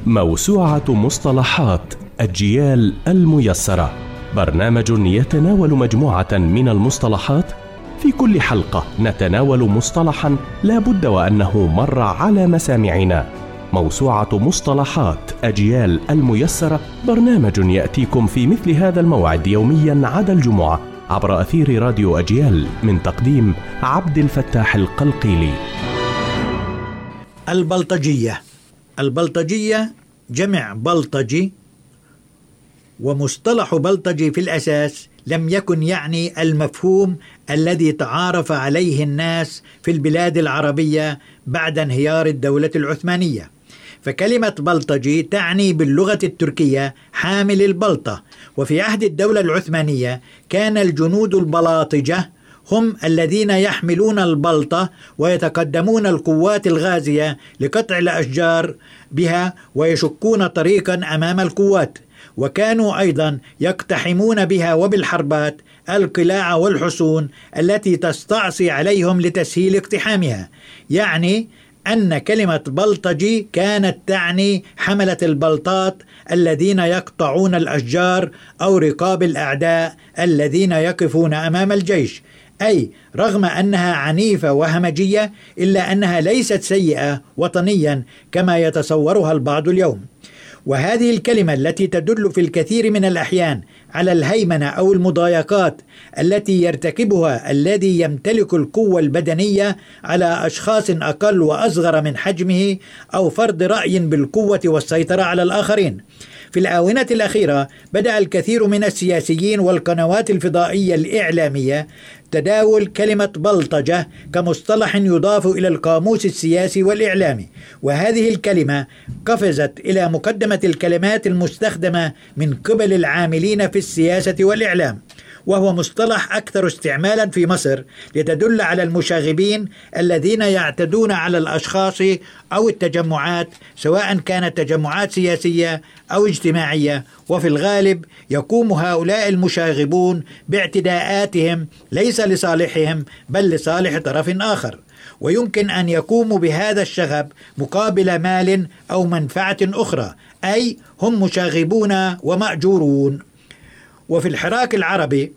موسوعة مصطلحات أجيال الميسرة، برنامج يتناول مجموعة من المصطلحات. في كل حلقة نتناول مصطلحا لا بد وأنه مر على مسامعنا. موسوعة مصطلحات أجيال الميسرة، برنامج يأتيكم في مثل هذا الموعد يوميا عدا الجمعة عبر أثير راديو أجيال، من تقديم عبد الفتاح القلقيلي. البلطجية جمع بلطجي، ومصطلح بلطجي في الأساس لم يكن يعني المفهوم الذي تعارف عليه الناس في البلاد العربية بعد انهيار الدولة العثمانية. فكلمة بلطجي تعني باللغة التركية حامل البلطة، وفي عهد الدولة العثمانية كان الجنود البلاطجة هم الذين يحملون البلطة ويتقدمون القوات الغازية لقطع الأشجار بها ويشقون طريقا أمام القوات، وكانوا أيضا يقتحمون بها وبالحربات القلاع والحصون التي تستعصي عليهم لتسهيل اقتحامها. يعني أن كلمة بلطجي كانت تعني حملة البلطات الذين يقطعون الأشجار أو رقاب الأعداء الذين يقفون أمام الجيش. أي رغم أنها عنيفة وهمجية إلا أنها ليست سيئة وطنيا كما يتصورها البعض اليوم. وهذه الكلمة التي تدل في الكثير من الأحيان على الهيمنة أو المضايقات التي يرتكبها الذي يمتلك القوة البدنية على أشخاص أقل وأصغر من حجمه، أو فرض رأي بالقوة والسيطرة على الآخرين. في الآونة الأخيرة بدأ الكثير من السياسيين والقنوات الفضائية الإعلامية تداول كلمة بلطجة كمصطلح يضاف إلى القاموس السياسي والإعلامي، وهذه الكلمة قفزت إلى مقدمة الكلمات المستخدمة من قبل العاملين في السياسة والإعلام، وهو مصطلح أكثر استعمالا في مصر لتدل على المشاغبين الذين يعتدون على الأشخاص أو التجمعات، سواء كانت تجمعات سياسية أو اجتماعية. وفي الغالب يقوم هؤلاء المشاغبون باعتداءاتهم ليس لصالحهم بل لصالح طرف آخر، ويمكن أن يقوموا بهذا الشغب مقابل مال أو منفعة أخرى، أي هم مشاغبون ومأجورون. وفي الحراك العربي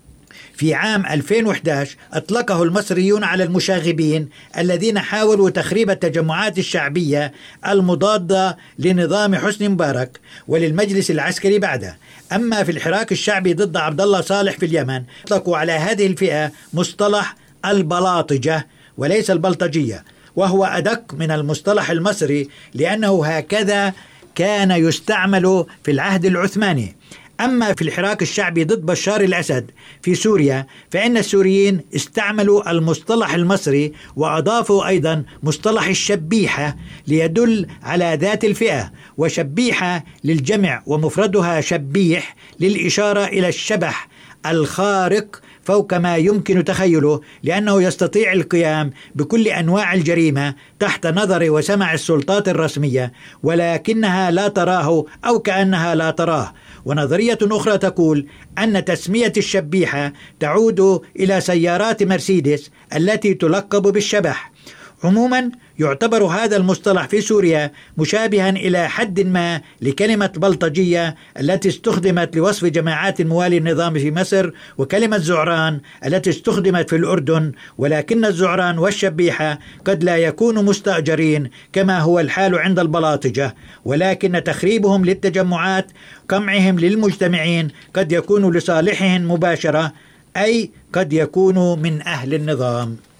في عام 2011 أطلقه المصريون على المشاغبين الذين حاولوا تخريب التجمعات الشعبية المضادة لنظام حسني مبارك وللمجلس العسكري بعده. أما في الحراك الشعبي ضد عبد الله صالح في اليمن أطلقوا على هذه الفئة مصطلح البلاطجة وليس البلطجية، وهو أدق من المصطلح المصري لأنه هكذا كان يستعمل في العهد العثماني. أما في الحراك الشعبي ضد بشار الأسد في سوريا فإن السوريين استعملوا المصطلح المصري وأضافوا أيضا مصطلح الشبيحة ليدل على ذات الفئة، وشبيحة للجمع ومفردها شبيح للإشارة إلى الشبح الخارق فوق ما يمكن تخيله، لأنه يستطيع القيام بكل أنواع الجريمة تحت نظر وسمع السلطات الرسمية ولكنها لا تراه أو كأنها لا تراه. ونظرية أخرى تقول أن تسمية الشبيحة تعود إلى سيارات مرسيدس التي تلقب بالشبح. عموما يعتبر هذا المصطلح في سوريا مشابها إلى حد ما لكلمة بلطجية التي استخدمت لوصف جماعات موالي النظام في مصر، وكلمة زعران التي استخدمت في الأردن، ولكن الزعران والشبيحة قد لا يكونوا مستأجرين كما هو الحال عند البلاطجة، ولكن تخريبهم للتجمعات قمعهم للمجتمعين قد يكون لصالحهم مباشرة، أي قد يكونوا من أهل النظام.